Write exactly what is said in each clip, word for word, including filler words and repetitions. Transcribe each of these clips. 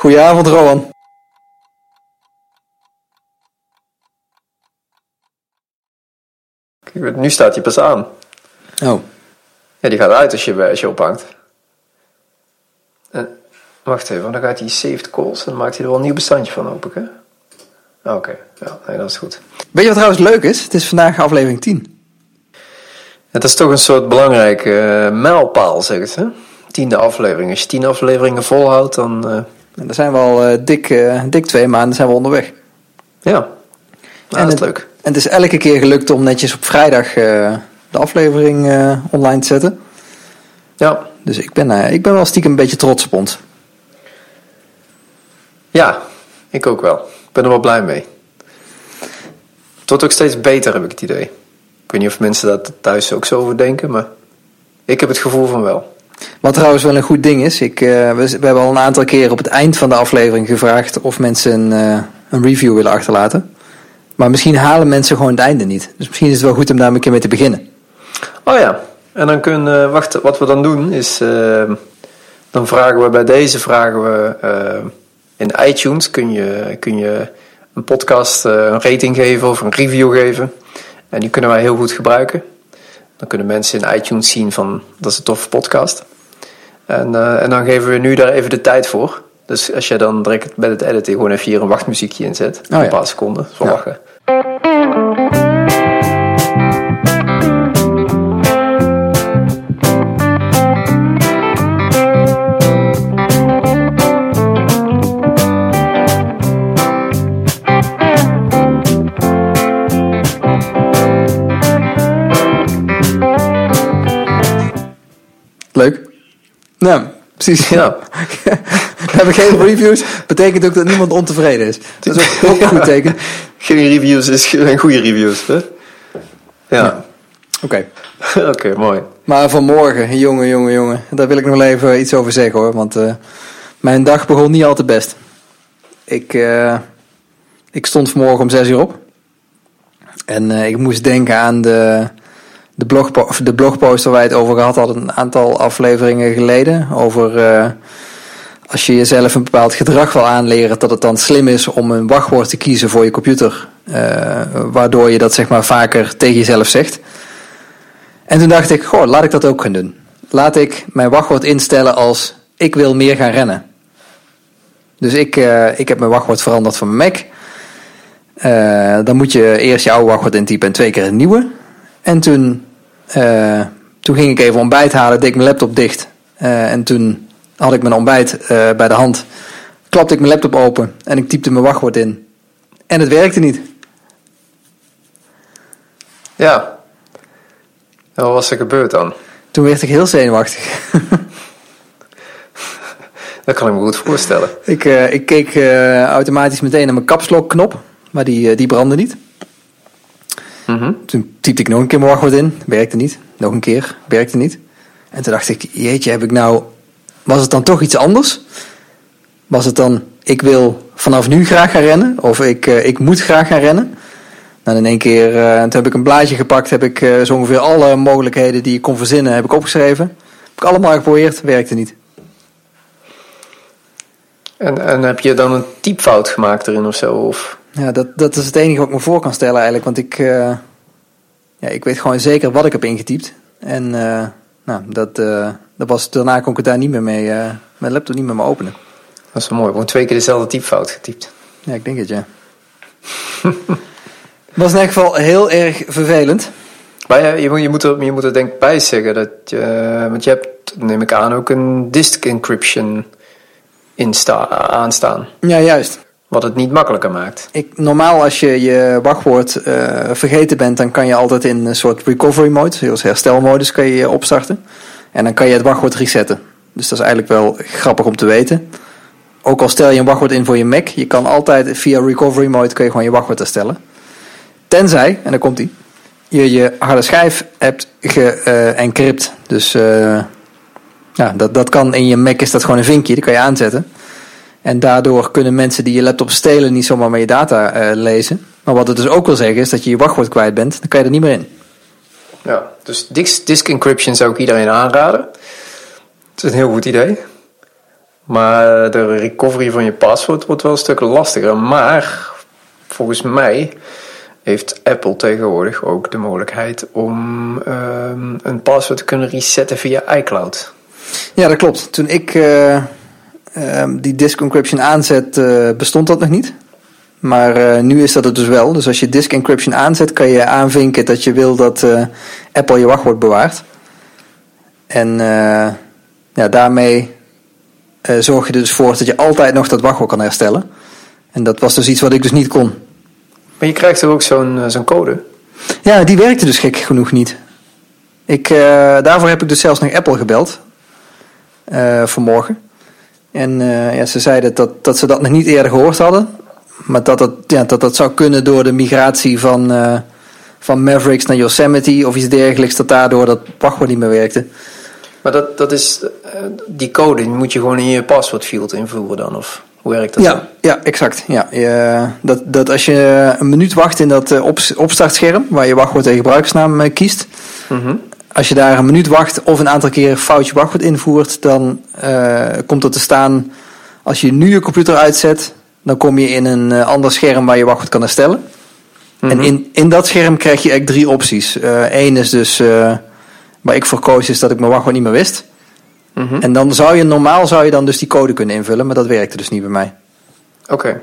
Goedenavond, Rowan. Kijk, nu staat hij pas aan. Oh. Ja, die gaat uit als je, als je ophangt. En, wacht even, dan gaat hij saved calls en dan maakt hij er wel een nieuw bestandje van, hoop ik, hè? Oké, okay. Ja, nee, dat is goed. Weet je wat trouwens leuk is? Het is vandaag aflevering tien. Het is toch een soort belangrijke uh, mijlpaal, zeg het, hè? Tiende aflevering. Als je tien afleveringen volhoudt, dan... Uh... En dan zijn we al uh, dik, uh, dik twee maanden zijn we onderweg. Ja, nou, en dat is het, leuk. En het is elke keer gelukt om netjes op vrijdag uh, de aflevering uh, online te zetten. Ja. Dus ik ben, uh, ik ben wel stiekem een beetje trots op ons. Ja, ik ook wel. Ik ben er wel blij mee. Het wordt ook steeds beter, heb ik het idee. Ik weet niet of mensen daar thuis ook zo over denken, maar ik heb het gevoel van wel. Wat trouwens wel een goed ding is, ik, uh, we, we hebben al een aantal keer op het eind van de aflevering gevraagd of mensen een, uh, een review willen achterlaten. Maar misschien halen mensen gewoon het einde niet. Dus misschien is het wel goed om daar een keer mee te beginnen. Oh ja, en dan kunnen uh, wacht, wat we dan doen is, uh, dan vragen we bij deze vragen we uh, in iTunes kun je, kun je een podcast uh, een rating geven of een review geven. En die kunnen wij heel goed gebruiken. Dan kunnen mensen in iTunes zien van, dat is een toffe podcast. En, uh, en dan geven we nu daar even de tijd voor. Dus als je dan direct bij het editen gewoon even hier een wachtmuziekje inzet. Oh, ja. Een paar seconden, zo ja. lachen. Leuk. Nou, precies. Ja. We hebben geen reviews. Betekent ook dat niemand ontevreden is. Dat is ook, ook een goed teken. Geen reviews is geen goede reviews, hè? Ja. ja. Oké. Okay. Oké, okay, mooi. Maar vanmorgen, jongen, jongen, jongen. Daar wil ik nog wel even iets over zeggen, hoor. Want uh, mijn dag begon niet al te best. Ik, uh, ik stond vanmorgen om zes uur op. En uh, ik moest denken aan de... De, blogpo- de blogpost waar wij het over gehad hadden een aantal afleveringen geleden. Over uh, als je jezelf een bepaald gedrag wil aanleren, dat het dan slim is om een wachtwoord te kiezen voor je computer. Uh, waardoor je dat zeg maar vaker tegen jezelf zegt. En toen dacht ik, goh, laat ik dat ook gaan doen. Laat ik mijn wachtwoord instellen als ik wil meer gaan rennen. Dus ik, uh, ik heb mijn wachtwoord veranderd van mijn Mac. Uh, dan moet je eerst je oude wachtwoord intypen en twee keer een nieuwe. En toen, uh, toen ging ik even ontbijt halen, deed ik mijn laptop dicht. Uh, en toen had ik mijn ontbijt uh, bij de hand. Klapte ik mijn laptop open en ik typte mijn wachtwoord in. En het werkte niet. Ja. En wat was er gebeurd dan? Toen werd ik heel zenuwachtig. Dat kan ik me goed voorstellen. Ik, uh, ik keek uh, automatisch meteen naar mijn caps-lock knop, maar die, uh, die brandde niet. Mm-hmm. Toen typte ik nog een keer mijn wachtwoord in, werkte niet. Nog een keer, werkte niet. En toen dacht ik, jeetje, heb ik nou... Was het dan toch iets anders? Was het dan, ik wil vanaf nu graag gaan rennen? Of ik, uh, ik moet graag gaan rennen? Nou, in één keer, uh, toen heb ik een blaadje gepakt, heb ik uh, zo ongeveer alle mogelijkheden die ik kon verzinnen, heb ik opgeschreven. Heb ik allemaal geprobeerd, werkte niet. En, en heb je dan een typfout gemaakt erin of zo? Of... Ja, dat, dat is het enige wat ik me voor kan stellen eigenlijk. Want ik, uh, ja, ik weet gewoon zeker wat ik heb ingetypt. En uh, nou, dat, uh, dat was, daarna kon ik het daar niet meer mee, uh, mijn laptop niet meer mee openen. Dat is wel mooi, gewoon twee keer dezelfde typfout getypt. Ja, ik denk het, ja. Het was in ieder geval heel erg vervelend. Maar ja, je, moet, je, moet er, je moet er denk ik bij zeggen dat je, want je hebt, neem ik aan, ook een disk encryption insta- aanstaan. Ja, juist. Wat het niet makkelijker maakt. Ik, normaal als je je wachtwoord uh, vergeten bent, dan kan je altijd in een soort recovery mode, zoals herstelmodus, kan je opstarten. En dan kan je het wachtwoord resetten. Dus dat is eigenlijk wel grappig om te weten. Ook al stel je een wachtwoord in voor je Mac, je kan altijd via recovery mode kun je gewoon je wachtwoord herstellen. Tenzij, en dan komt ie, je je harde schijf hebt ge-encrypt. Uh, dus uh, ja, dat, dat kan in je Mac, is dat gewoon een vinkje, dat kan je aanzetten. En daardoor kunnen mensen die je laptop stelen niet zomaar met je data uh, lezen. Maar wat het dus ook wil zeggen is dat je je wachtwoord kwijt bent, dan kan je er niet meer in. Ja, dus disk, disk encryption zou ik iedereen aanraden. Het is een heel goed idee. Maar de recovery van je paswoord wordt wel een stuk lastiger. Maar volgens mij heeft Apple tegenwoordig ook de mogelijkheid om um, een paswoord te kunnen resetten via iCloud. Ja, dat klopt. Toen ik uh, um, die disk encryption aanzet, uh, bestond dat nog niet. Maar uh, nu is dat het dus wel. Dus als je disk encryption aanzet, kan je aanvinken dat je wil dat uh, Apple je wachtwoord bewaart. En uh, ja, daarmee uh, zorg je er dus voor dat je altijd nog dat wachtwoord kan herstellen. En dat was dus iets wat ik dus niet kon. Maar je krijgt er ook zo'n, uh, zo'n code? Ja, die werkte dus gek genoeg niet. Ik, uh, daarvoor heb ik dus zelfs nog Apple gebeld. Uh, vanmorgen. En uh, ja, ze zeiden dat, dat ze dat nog niet eerder gehoord hadden. Maar dat dat, ja, dat dat zou kunnen door de migratie van, uh, van Mavericks naar Yosemite of iets dergelijks. Dat daardoor dat wachtwoord niet meer werkte. Maar dat, dat is, uh, die code die moet je gewoon in je paswoordfield invoeren dan? Of hoe werkt dat? Ja, dan? ja exact. Ja, je, dat, dat als je een minuut wacht in dat uh, op, opstartscherm, waar je wachtwoord en gebruikersnaam uh, kiest. Mm-hmm. Als je daar een minuut wacht of een aantal keer fout je wachtwoord invoert, dan uh, komt er te staan, als je nu je computer uitzet, dan kom je in een uh, ander scherm waar je wachtwoord kan herstellen. Mm-hmm. En in, in dat scherm krijg je eigenlijk drie opties. Eén uh, is dus, uh, waar ik voor koos, is dat ik mijn wachtwoord niet meer wist. Mm-hmm. En dan zou je, normaal zou je dan dus die code kunnen invullen, maar dat werkte dus niet bij mij. Oké. Okay.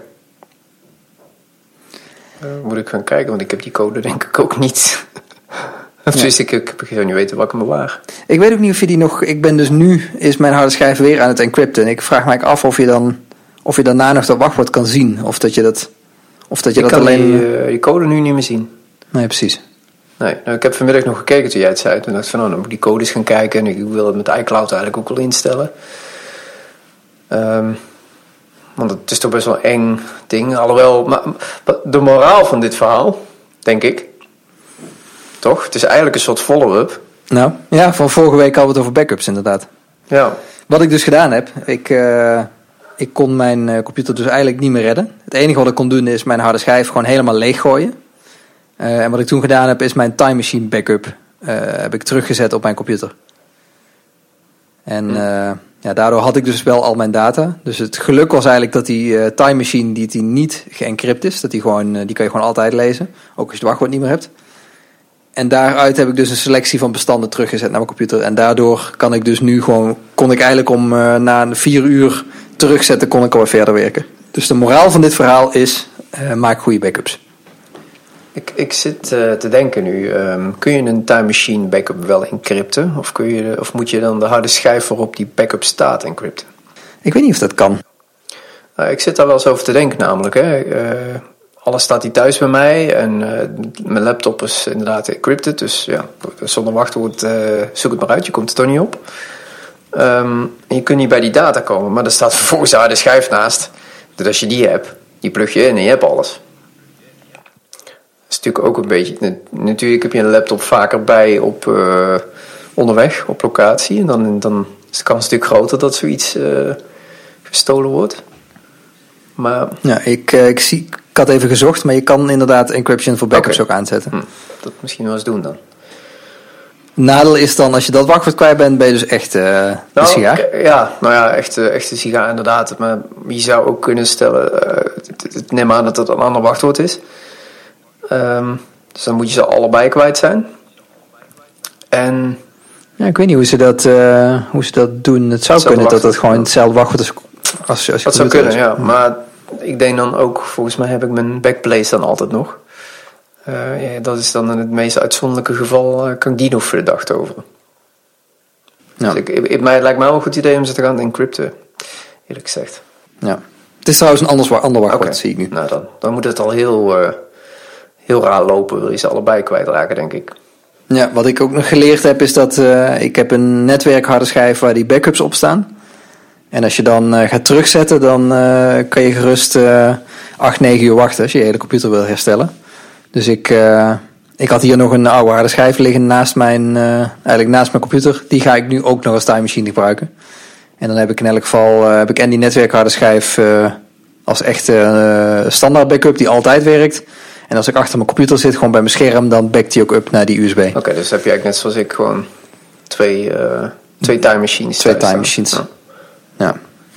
Uh, moet ik gaan kijken, want ik heb die code denk ik ook niet. Of dus ja. ik, ik heb geen niet weten wat ik hem bewaar. Ik weet ook niet of je die nog... Ik ben dus nu, is mijn harde schijf weer aan het encrypten. En ik vraag me af of je dan, of je daarna nog dat wachtwoord kan zien. Of dat je dat, of dat je ik dat kan alleen... die, uh, die code nu niet meer zien. Nee, precies. Nee, nou, ik heb vanmiddag nog gekeken toen jij het zei. Toen dacht ik van, oh, dan moet ik die codes gaan kijken. En ik wil het met iCloud eigenlijk ook wel instellen. Um, want het is toch best wel een eng ding. Alhoewel, maar, maar de moraal van dit verhaal, denk ik... Toch? Het is eigenlijk een soort follow-up. Nou, ja, van vorige week hadden we het over backups inderdaad. Ja. Wat ik dus gedaan heb, ik, uh, ik kon mijn uh, computer dus eigenlijk niet meer redden. Het enige wat ik kon doen is mijn harde schijf gewoon helemaal leeggooien. Uh, en wat ik toen gedaan heb is mijn Time Machine backup uh, heb ik teruggezet op mijn computer. En uh, ja, daardoor had ik dus wel al mijn data. Dus het geluk was eigenlijk dat die uh, Time Machine die, die niet geëncrypt is. Dat die, gewoon, uh, die kan je gewoon altijd lezen. Ook als je het wachtwoord niet meer hebt. En daaruit heb ik dus een selectie van bestanden teruggezet naar mijn computer. En daardoor kan ik dus nu gewoon, kon ik eigenlijk om uh, na vier uur terugzetten, kon ik alweer verder werken. Dus de moraal van dit verhaal is, uh, maak goede backups. Ik, ik zit uh, te denken nu, um, kun je een Time Machine backup wel encrypten? Of, kun je, of moet je dan de harde schijf waarop die backup staat encrypten? Ik weet niet of dat kan. Uh, ik zit daar wel eens over te denken namelijk, hè. Uh, Alles staat hier thuis bij mij en uh, mijn laptop is inderdaad encrypted. Dus ja, zonder wachtwoord uh, zoek het maar uit, je komt er toch niet op. Um, en je kunt niet bij die data komen, maar er staat vervolgens een harde schijf naast. Dus als je die hebt, die plug je in en je hebt alles. Dat is natuurlijk ook een beetje... Natuurlijk heb je een laptop vaker bij op uh, onderweg, op locatie. En dan, dan is de kans natuurlijk groter dat zoiets uh, gestolen wordt. Maar... Ja, ik, uh, ik zie... Ik had even gezocht, maar je kan inderdaad encryption voor backups okay. ook aanzetten. Hm, dat misschien wel eens doen dan. Nadeel is dan, als je dat wachtwoord kwijt bent, ben je dus echt uh, nou, de sigaar. Ja, nou ja, echt, echt een sigaar inderdaad. Maar je zou ook kunnen stellen, uh, ik neem aan dat het een ander wachtwoord is. Um, dus dan moet je ze allebei kwijt zijn. En... Ja, ik weet niet hoe ze dat, uh, hoe ze dat doen. Het zou kunnen dat het gewoon hetzelfde wachtwoord is. Als, als je dat zou kunnen, ja. Maar... Ik denk dan ook, volgens mij heb ik mijn backplace dan altijd nog. Uh, ja, dat is dan in het meest uitzonderlijke geval, uh, kan ik die nog voor de dag toveren. Ja. Dus ik, het, het lijkt mij wel een goed idee om ze te gaan encrypten, eerlijk gezegd. Ja. Het is trouwens een anders, ander wachtwoord, okay. Zie ik nu. Nou, dan, dan moet het al heel, uh, heel raar lopen, wil je ze allebei kwijtraken, denk ik. Ja, wat ik ook nog geleerd heb, is dat uh, ik heb een netwerkharde schijf waar die backups op staan. En als je dan uh, gaat terugzetten, dan uh, kan je gerust uh, acht, negen uur wachten als je je hele computer wil herstellen. Dus ik, uh, ik had hier nog een oude harde schijf liggen naast mijn, uh, eigenlijk naast mijn computer. Die ga ik nu ook nog als Time Machine gebruiken. En dan heb ik in elk geval uh, heb ik en die netwerkharde schijf uh, als echte uh, standaard backup die altijd werkt. En als ik achter mijn computer zit, gewoon bij mijn scherm, dan backt die ook up naar die U S B. Oké, okay, dus heb je eigenlijk net zoals ik gewoon twee, uh, twee Time Machines. Twee Time Machines. Ja. Ja.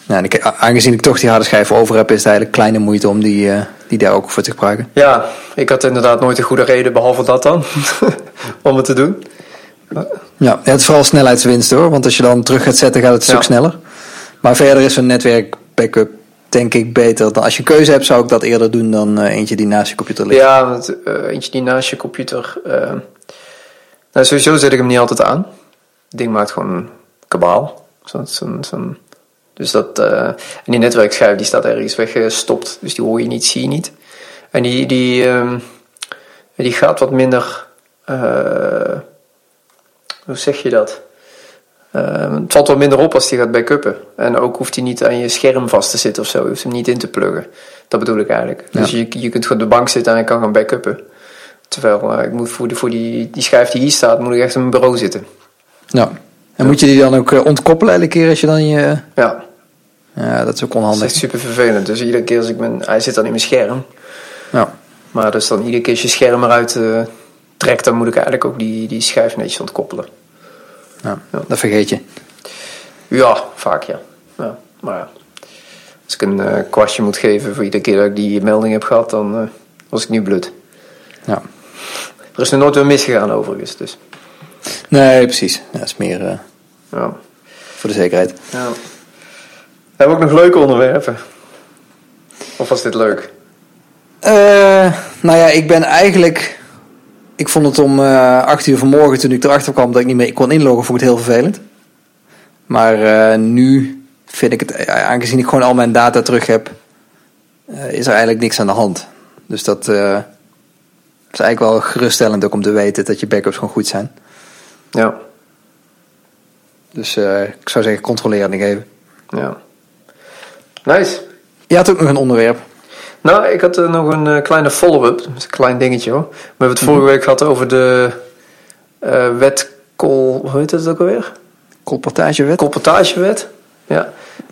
Ja, en ik, aangezien ik toch die harde schijf over heb, is het eigenlijk kleine moeite om die, uh, die daar ook voor te gebruiken. Ja, ik had inderdaad nooit een goede reden, behalve dat dan, om het te doen. Ja, het is vooral snelheidswinst hoor, want als je dan terug gaat zetten gaat het een stuk ja. sneller. Maar verder is een netwerk backup denk ik beter. Dan, als je keuze hebt zou ik dat eerder doen dan uh, eentje die naast je computer ligt. Ja, want, uh, eentje die naast je computer... Uh, nou, sowieso zet ik hem niet altijd aan. Het ding maakt gewoon kabaal. Zo, zo, zo. Dus dat... Uh, en die netwerkschijf die staat ergens weggestopt. Dus die hoor je niet, zie je niet. En die, die, um, die gaat wat minder... Uh, hoe zeg je dat? Uh, het valt wat minder op als die gaat backuppen. En ook hoeft hij niet aan je scherm vast te zitten of zo. Je hoeft hem niet in te pluggen. Dat bedoel ik eigenlijk. Ja. Dus je, je kunt gewoon op de bank zitten en ik kan gaan backuppen. Terwijl uh, ik moet voor, de, voor die, die schijf die hier staat, moet ik echt in mijn bureau zitten. Ja. En ja. moet je die dan ook uh, ontkoppelen elke keer als je dan je... Ja. Ja, dat is ook onhandig. Dat is echt super vervelend. Dus iedere keer als ik mijn... Hij zit dan in mijn scherm. Ja. Maar dus dan iedere keer als je scherm eruit uh, trekt, dan moet ik eigenlijk ook die, die schijf netjes ontkoppelen. Ja, ja, dat vergeet je. Ja, vaak ja. ja maar ja. Als ik een uh, kwastje moet geven voor iedere keer dat ik die melding heb gehad, dan uh, was ik nu blut. Ja. Er is er nooit weer misgegaan overigens. Dus. Nee, precies. Ja, dat is meer uh, ja. voor de zekerheid. Ja. Hebben we ook nog leuke onderwerpen? Of was dit leuk? Uh, nou ja, ik ben eigenlijk... Ik vond het om uh, acht uur vanmorgen toen ik erachter kwam dat ik niet meer kon inloggen, vond ik het heel vervelend. Maar uh, nu vind ik het, aangezien ik gewoon al mijn data terug heb, uh, is er eigenlijk niks aan de hand. Dus dat uh, is eigenlijk wel geruststellend ook om te weten dat je backups gewoon goed zijn. Ja. Dus uh, ik zou zeggen, controleer niet even. Ja. Nice. Je had ook nog een onderwerp. Nou, ik had uh, nog een uh, kleine follow-up. Dat is een klein dingetje hoor. We hebben het vorige week gehad over de uh, wet kol... Hoe heet dat ook alweer? Colportagewet. Colportagewet, ja.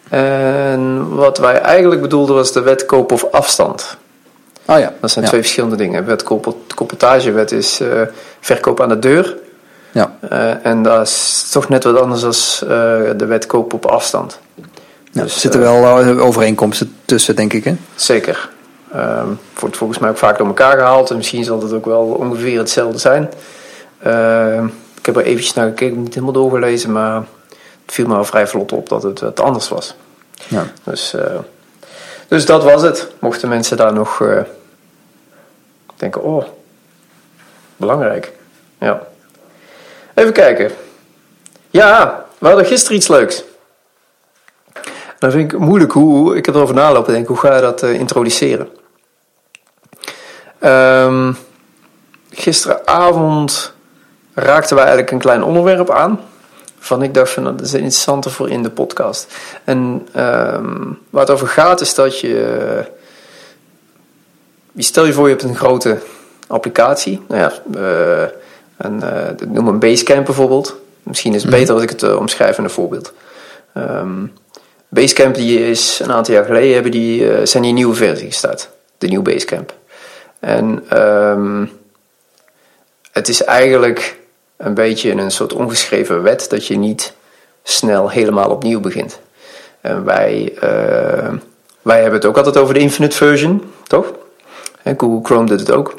En wat wij eigenlijk bedoelden was de wet koop of afstand. Oh ja. Dat zijn ja. twee verschillende dingen. Wet colportagewet is uh, verkoop aan de deur. Ja. Uh, en dat is toch net wat anders dan uh, de wet koop op afstand. Ja, dus, er zitten uh, wel overeenkomsten tussen, denk ik, hè? Zeker. Um, wordt volgens mij ook vaak door elkaar gehaald. En misschien zal het ook wel ongeveer hetzelfde zijn. Uh, ik heb er eventjes naar gekeken, niet helemaal doorgelezen, maar het viel me al vrij vlot op dat het, het anders was. Ja. Dus, uh, dus dat was het. Mochten mensen daar nog uh, denken, oh, belangrijk. Ja. Even kijken. Ja, we hadden gisteren iets leuks. Dan vind ik moeilijk hoe, ik heb erover nalopen denken, hoe ga je dat uh, introduceren? Um, gisteravond raakten wij eigenlijk een klein onderwerp aan. Van ik dacht van dat is interessanter voor in de podcast. En um, waar het over gaat is dat je, je stel je voor je hebt een grote applicatie. Nou ja, uh, een, uh, noem een Basecamp bijvoorbeeld. Misschien is het beter als ik het uh, omschrijf in een voorbeeld. Um, Basecamp die is een aantal jaar geleden hebben die, uh, zijn die een nieuwe versie gestart. De nieuwe Basecamp. En um, het is eigenlijk een beetje een soort ongeschreven wet dat je niet snel helemaal opnieuw begint. En wij, uh, wij hebben het ook altijd over de Infinite Version, toch? En Google Chrome doet het ook.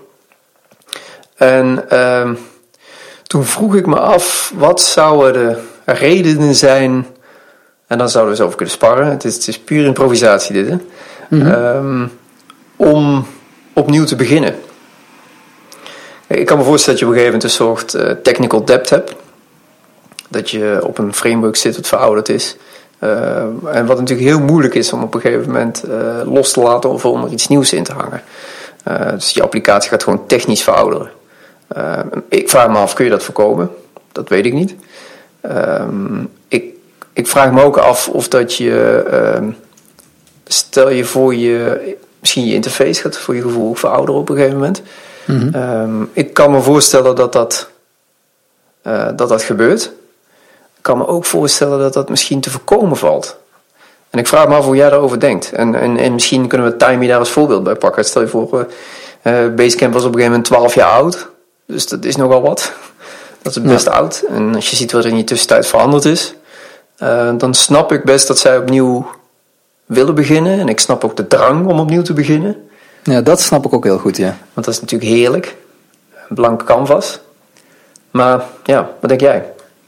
En um, toen vroeg ik me af, wat zouden de redenen zijn... En dan zouden we eens over kunnen sparren. Het is, het is puur improvisatie dit, hè? Mm-hmm. Um, om opnieuw te beginnen. Ik kan me voorstellen dat je op een gegeven moment een soort uh, technical debt hebt. Dat je op een framework zit wat verouderd is. Uh, en wat natuurlijk heel moeilijk is om op een gegeven moment uh, los te laten of om er iets nieuws in te hangen. Uh, dus je applicatie gaat gewoon technisch verouderen. Uh, ik vraag me af, kun je dat voorkomen? Dat weet ik niet. Um, ik Ik vraag me ook af of dat je, uh, stel je voor je, misschien je interface gaat voor je gevoel verouderen op een gegeven moment. Mm-hmm. Um, ik kan me voorstellen dat dat, uh, dat dat gebeurt. Ik kan me ook voorstellen dat dat misschien te voorkomen valt. En ik vraag me af hoe jij daarover denkt. En, en, en misschien kunnen we Timey daar als voorbeeld bij pakken. Stel je voor, uh, Basecamp was op een gegeven moment twaalf jaar oud. Dus dat is nogal wat. Dat is best ja. oud. En als je ziet wat er in die tussentijd veranderd is... Uh, dan snap ik best dat zij opnieuw willen beginnen. En ik snap ook de drang om opnieuw te beginnen. Ja, dat snap ik ook heel goed, ja. Want dat is natuurlijk heerlijk. Een blanke canvas. Maar ja, wat denk jij?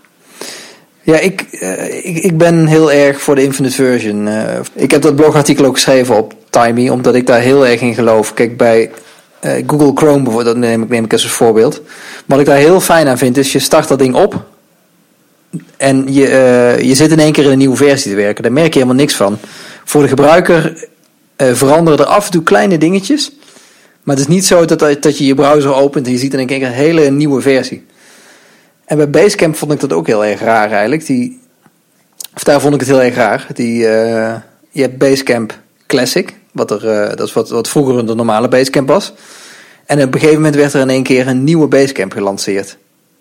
Ja, ik, uh, ik, ik ben heel erg voor de infinite version. Uh, ik heb dat blogartikel ook geschreven op Timey, omdat ik daar heel erg in geloof. Kijk, bij uh, Google Chrome bijvoorbeeld, dat neem ik, neem ik als een voorbeeld. Wat ik daar heel fijn aan vind, is je start dat ding op en je, uh, je zit in één keer in een nieuwe versie te werken. Daar merk je helemaal niks van. Voor de gebruiker uh, veranderen er af en toe kleine dingetjes. Maar het is niet zo dat, dat je je browser opent en je ziet in één keer een hele nieuwe versie. En bij Basecamp vond ik dat ook heel erg raar eigenlijk. Die, of daar vond ik het heel erg raar. Die, uh, je hebt Basecamp Classic. Wat, er, uh, dat is wat, wat vroeger de normale Basecamp was. En op een gegeven moment werd er in één keer een nieuwe Basecamp gelanceerd.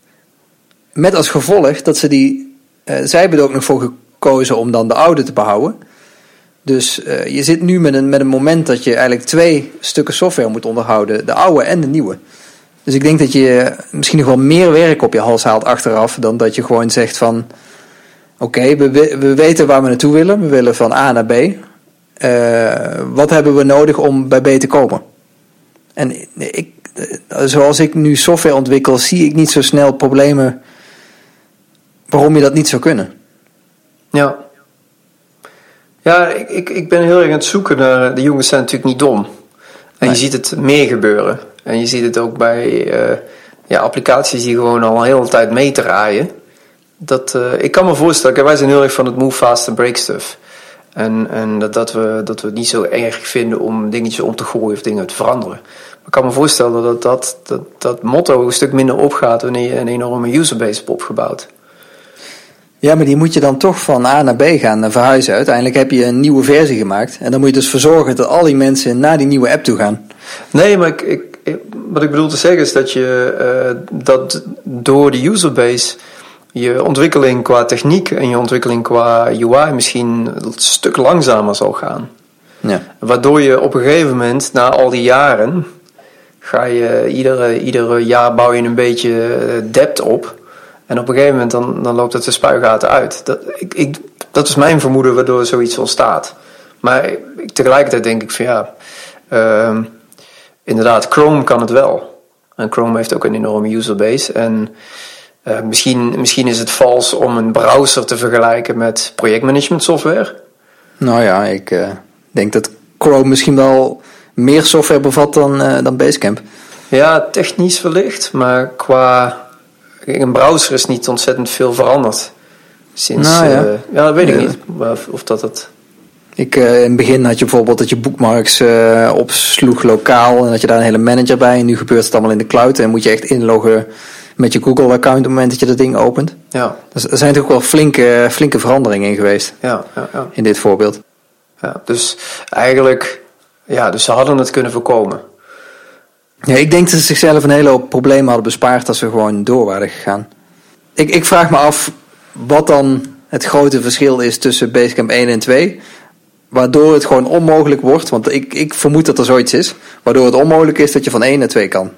Met als gevolg dat ze die... Uh, zij hebben er ook nog voor gekozen om dan de oude te behouden. Dus uh, je zit nu met een, met een moment dat je eigenlijk twee stukken software moet onderhouden. De oude en de nieuwe. Dus ik denk dat je misschien nog wel meer werk op je hals haalt achteraf dan dat je gewoon zegt van... Oké, okay, we, we weten waar we naartoe willen. We willen van A naar B. Uh, wat hebben we nodig om bij B te komen? En ik, zoals ik nu software ontwikkel, zie ik niet zo snel problemen waarom je dat niet zou kunnen. Ja. Ja, ik, ik, ik ben heel erg aan het zoeken naar... De jongens zijn natuurlijk niet dom. En nee. Je ziet het meer gebeuren. En je ziet het ook bij uh, ja, applicaties die gewoon al een hele tijd meedraaien. Dat, uh, ik kan me voorstellen, kijk, wij zijn heel erg van het move fast and break stuff. En, en dat, dat, we, dat we het niet zo erg vinden om dingetjes om te gooien of dingen te veranderen. Maar ik kan me voorstellen dat dat, dat, dat motto een stuk minder opgaat wanneer je een enorme userbase hebt opgebouwd. Ja, maar die moet je dan toch van A naar B gaan verhuizen. Uiteindelijk heb je een nieuwe versie gemaakt. En dan moet je dus voor zorgen dat al die mensen naar die nieuwe app toe gaan. Nee, maar ik, ik, ik, wat ik bedoel te zeggen is dat je uh, dat door de userbase je ontwikkeling qua techniek en je ontwikkeling qua U I misschien een stuk langzamer zal gaan. Ja. Waardoor je op een gegeven moment, na al die jaren, ga je iedere, iedere jaar bouw je een beetje depth op. En op een gegeven moment dan, dan loopt het de spuigaten uit. Dat, ik, ik, dat is mijn vermoeden waardoor zoiets ontstaat. Maar ik, tegelijkertijd denk ik van ja, uh, inderdaad, Chrome kan het wel. En Chrome heeft ook een enorme userbase. En uh, misschien, misschien is het vals om een browser te vergelijken met projectmanagement software. Nou ja, ik uh, denk dat Chrome misschien wel meer software bevat dan, uh, dan Basecamp. Ja, technisch wellicht, maar qua... Een browser is niet ontzettend veel veranderd. Sinds, nou ja. Uh, ja, dat weet ik ja. niet. Of, of dat het... Ik, uh, in het begin had je bijvoorbeeld dat je bookmarks uh, opsloeg lokaal. En dat je daar een hele manager bij. En nu gebeurt het allemaal in de cloud. En moet je echt inloggen met je Google account op het moment dat je dat ding opent. Ja. Dus er zijn natuurlijk wel flinke, flinke veranderingen in geweest. Ja, ja, ja. In dit voorbeeld. Ja, dus eigenlijk... Ja, dus ze hadden het kunnen voorkomen. Ja, ik denk dat ze zichzelf een hele hoop problemen hadden bespaard als ze gewoon door waren gegaan. Ik, ik vraag me af wat dan het grote verschil is tussen Basecamp één en twee. Waardoor het gewoon onmogelijk wordt, want ik, ik vermoed dat er zoiets is. Waardoor het onmogelijk is dat je van één naar twee kan.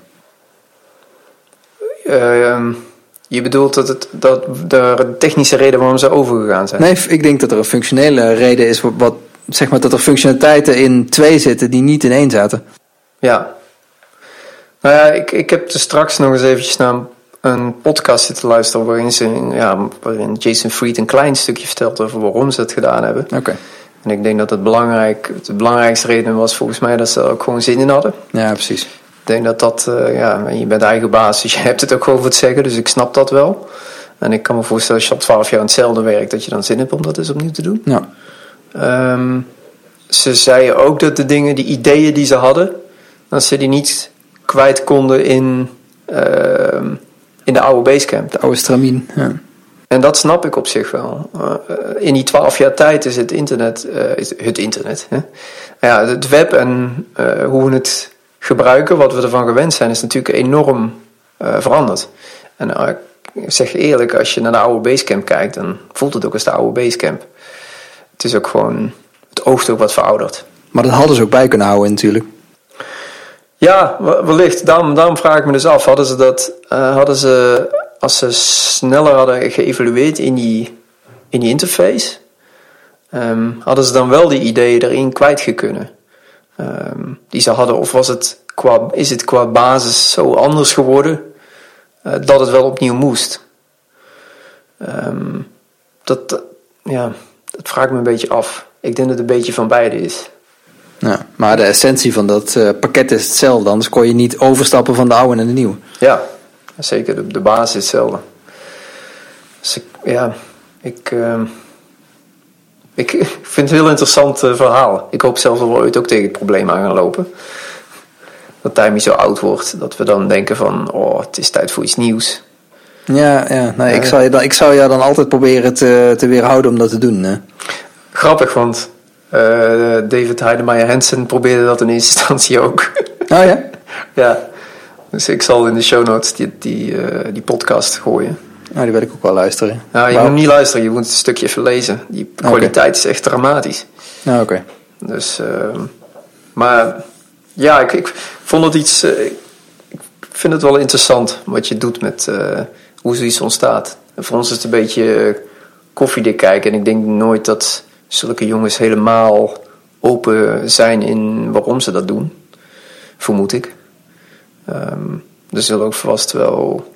Uh, je bedoelt dat het dat de technische reden waarom ze overgegaan zijn? Nee, ik denk dat er een functionele reden is. Wat, zeg maar dat er functionaliteiten in twee zitten die niet in één zaten. Ja. Nou ja, ik, ik heb er straks nog eens eventjes naar een podcast zitten luisteren waarin, ze, ja, waarin Jason Fried een klein stukje vertelt over waarom ze het gedaan hebben. Oké. Okay. En ik denk dat het belangrijk, de belangrijkste reden was volgens mij dat ze er ook gewoon zin in hadden. Ja, precies. Ik denk dat dat, uh, ja, je bent eigen baas, dus je hebt het ook gewoon voor het zeggen, dus ik snap dat wel. En ik kan me voorstellen als je al twaalf jaar aan hetzelfde werkt, dat je dan zin hebt om dat eens opnieuw te doen. Ja. Um, ze zeiden ook dat de dingen, die ideeën die ze hadden, dat ze die niet kwijt konden in, uh, in de oude Basecamp. De oude stramien, ja. En dat snap ik op zich wel. Uh, in die twaalf jaar tijd is het internet, uh, is het internet, hè? Ja, het web en uh, hoe we het gebruiken, wat we ervan gewend zijn, is natuurlijk enorm uh, veranderd. En uh, ik zeg je eerlijk, als je naar de oude Basecamp kijkt, dan voelt het ook als de oude Basecamp. Het is ook gewoon, het oogt ook wat verouderd. Maar dat hadden ze ook bij kunnen houden natuurlijk. Ja, wellicht. Daarom, daarom vraag ik me dus af, hadden ze dat, uh, hadden ze, als ze sneller hadden geëvalueerd in die, in die interface, Um, hadden ze dan wel die ideeën erin kwijtgekunnen um, die ze hadden? Of was het qua, is het qua basis zo anders geworden uh, dat het wel opnieuw moest? Um, dat, dat, ja, dat vraag ik me een beetje af. Ik denk dat het een beetje van beide is. Ja, maar de essentie van dat uh, pakket is hetzelfde. Anders kon je niet overstappen van de oude naar de nieuwe. Ja, zeker. De, de basis is hetzelfde. Dus ik, ja, ik, uh, ik vind het een heel interessant uh, verhaal. Ik hoop zelfs dat we ooit ook tegen het probleem aan gaan lopen. Dat Timey zo oud wordt. Dat we dan denken van, oh, het is tijd voor iets nieuws. Ja, ja nee, ik, zou je dan, ik zou jou dan altijd proberen te, te weerhouden om dat te doen. Hè? Grappig, want uh, David Heinemeier Hansson probeerde dat in eerste instantie ook. Oh ja? Ja, dus ik zal in de show notes die, die, uh, die podcast gooien. Nou, die wil ik ook wel luisteren. Nou, je wow. moet niet luisteren, je moet het stukje even lezen. Die kwaliteit okay. is echt dramatisch. Ja, oké. Okay. Dus, uh, maar ja, ik, ik vond het iets... Uh, ik vind het wel interessant wat je doet met uh, hoe zoiets ontstaat. En voor ons is het een beetje uh, koffiedik kijken. En ik denk nooit dat zulke jongens helemaal open zijn in waarom ze dat doen. Vermoed ik. Um, er zullen ook vast wel...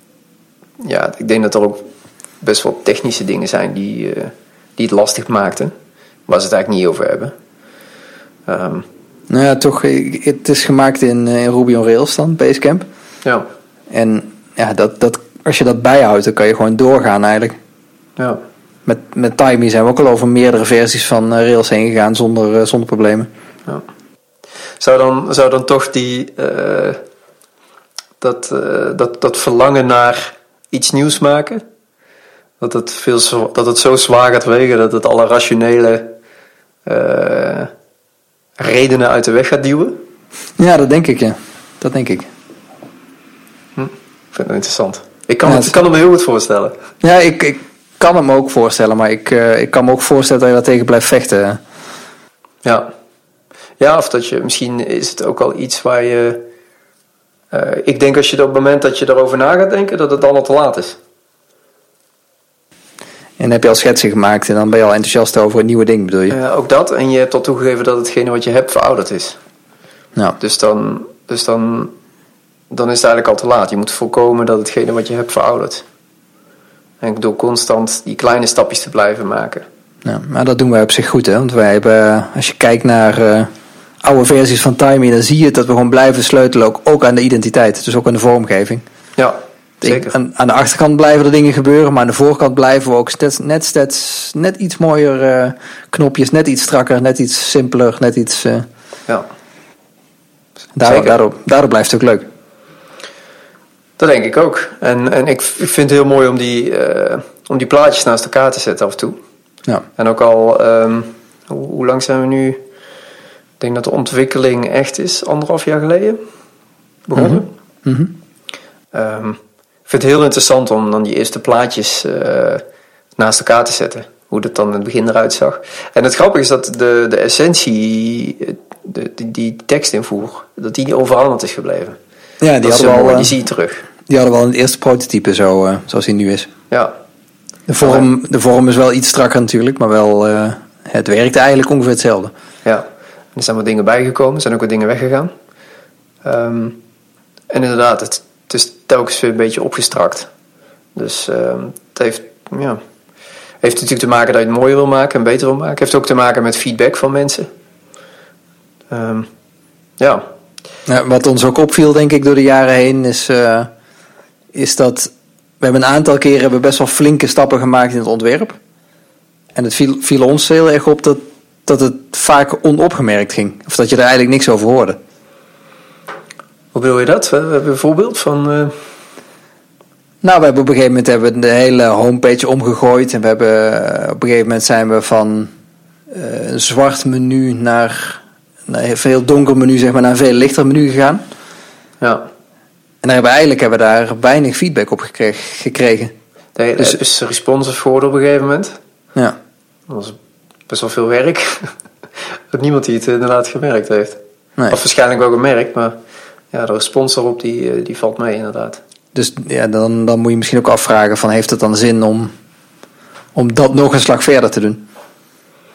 Ja, ik denk dat er ook best wel technische dingen zijn die, uh, die het lastig maakten. Waar ze het eigenlijk niet over hebben. Um, nou ja, toch, het is gemaakt in, in Ruby on Rails dan, Basecamp. Ja. En ja, dat, dat, als je dat bijhoudt, dan kan je gewoon doorgaan eigenlijk. Ja. Met, met Timey zijn we ook al over meerdere versies van Rails heen gegaan zonder, uh, zonder problemen. Ja. Zou dan, zou dan toch die, uh, dat, uh, dat, dat verlangen naar iets nieuws maken, dat het, veel zo, dat het zo zwaar gaat wegen dat het alle rationele uh, redenen uit de weg gaat duwen? Ja, dat denk ik, ja. Dat denk ik. Hm, ik vind het interessant. Ik kan, ja, het, ik kan het me heel goed voorstellen. Ja, ik, ik kan het me ook voorstellen, maar ik, uh, ik kan me ook voorstellen dat je daar tegen blijft vechten. Ja. Ja, of dat je, misschien is het ook al iets waar je... Uh, ik denk als je op het moment dat je erover na gaat denken, dat het dan al te laat is. En dan heb je al schetsen gemaakt en dan ben je al enthousiast over een nieuwe ding, bedoel je? Uh, ook dat, en je hebt al toegegeven dat hetgene wat je hebt verouderd is. Ja. Dus, dan, dus dan, dan is het eigenlijk al te laat. Je moet voorkomen dat hetgene wat je hebt veroudert. En door constant die kleine stapjes te blijven maken. Ja, maar dat doen wij op zich goed, hè? Want wij hebben, als je kijkt naar uh, oude versies van Timey, dan zie je dat we gewoon blijven sleutelen, ook, ook aan de identiteit, dus ook aan de vormgeving. Ja, zeker. Aan, aan de achterkant blijven er dingen gebeuren, maar aan de voorkant blijven we ook steeds, net, steeds, net iets mooier uh, knopjes, net iets strakker, net iets simpeler, net iets... Uh, ja. Daardoor, daardoor, daardoor blijft het ook leuk. Dat denk ik ook. En, en ik, ik vind het heel mooi om die, uh, om die plaatjes naast elkaar te zetten af en toe. Ja. En ook al, um, hoe, hoe lang zijn we nu? Ik denk dat de ontwikkeling echt is, anderhalf jaar geleden begonnen. Mm-hmm. Um, ik vind het heel interessant om dan die eerste plaatjes uh, naast elkaar te zetten. Hoe dat dan in het begin eruit zag. En het grappige is dat de, de essentie, de, die, die tekstinvoer, dat die overal is gebleven. Ja, die, hadden al, al, die zie je terug. Die hadden wel in het eerste prototype zo, uh, zoals hij nu is. Ja. De vorm, de vorm is wel iets strakker natuurlijk, maar wel, uh, het werkt eigenlijk ongeveer hetzelfde. Ja, er zijn wat dingen bijgekomen, er zijn ook wat dingen weggegaan. Um, en inderdaad, het, het is telkens weer een beetje opgestrakt. Dus um, het heeft, ja, heeft natuurlijk te maken dat je het mooier wil maken en beter wil maken. Het heeft ook te maken met feedback van mensen. Um, ja. Ja, wat ons ook opviel, denk ik, door de jaren heen, is, uh, is dat we hebben een aantal keren hebben best wel flinke stappen gemaakt in het ontwerp. En het viel, viel ons heel erg op dat, dat het vaak onopgemerkt ging. Of dat je er eigenlijk niks over hoorde. Hoe bedoel je dat? We hebben een voorbeeld van... Uh... Nou, we hebben op een gegeven moment hebben we de hele homepage omgegooid. En we hebben, uh, op een gegeven moment zijn we van uh, een zwart menu naar... een veel donker menu, zeg maar, naar een veel lichter menu gegaan. Ja. En daar hebben we eigenlijk hebben we daar weinig feedback op gekregen. gekregen. Nee, dus is responsive voor op een gegeven moment. Ja. Dat was best wel veel werk. Dat niemand die het inderdaad gemerkt heeft. Nee. Of waarschijnlijk wel gemerkt, maar ja, de respons erop die, die valt mee inderdaad. Dus ja, dan, dan moet je misschien ook afvragen van heeft het dan zin om, om dat nog een slag verder te doen?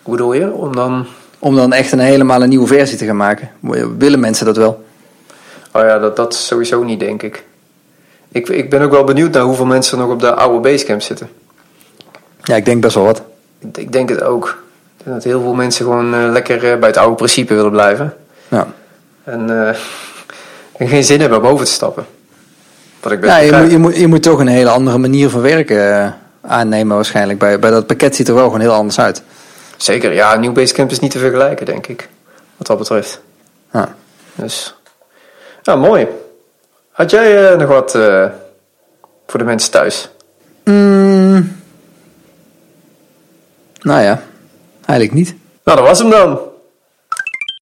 Hoe bedoel je? Om dan... Om dan echt een helemaal een nieuwe versie te gaan maken. Willen mensen dat wel? Oh ja, dat, dat sowieso niet, denk ik. ik. Ik ben ook wel benieuwd naar hoeveel mensen nog op de oude Basecamp zitten. Ja, ik denk best wel wat. Ik, ik denk het ook. Ik denk dat heel veel mensen gewoon uh, lekker uh, bij het oude principe willen blijven. Ja. En, uh, en geen zin hebben om over te stappen. Wat ik best ja, je begrijp. moet, je, moet, je moet toch een hele andere manier van werken uh, aannemen waarschijnlijk. Bij, bij dat pakket ziet er wel gewoon heel anders uit. Zeker, ja, een nieuw Basecamp is niet te vergelijken, denk ik. Wat dat betreft. Ja. Dus, ja, mooi. Had jij uh, nog wat uh, voor de mensen thuis? Mm, nou ja, eigenlijk niet. Nou, dat was hem dan.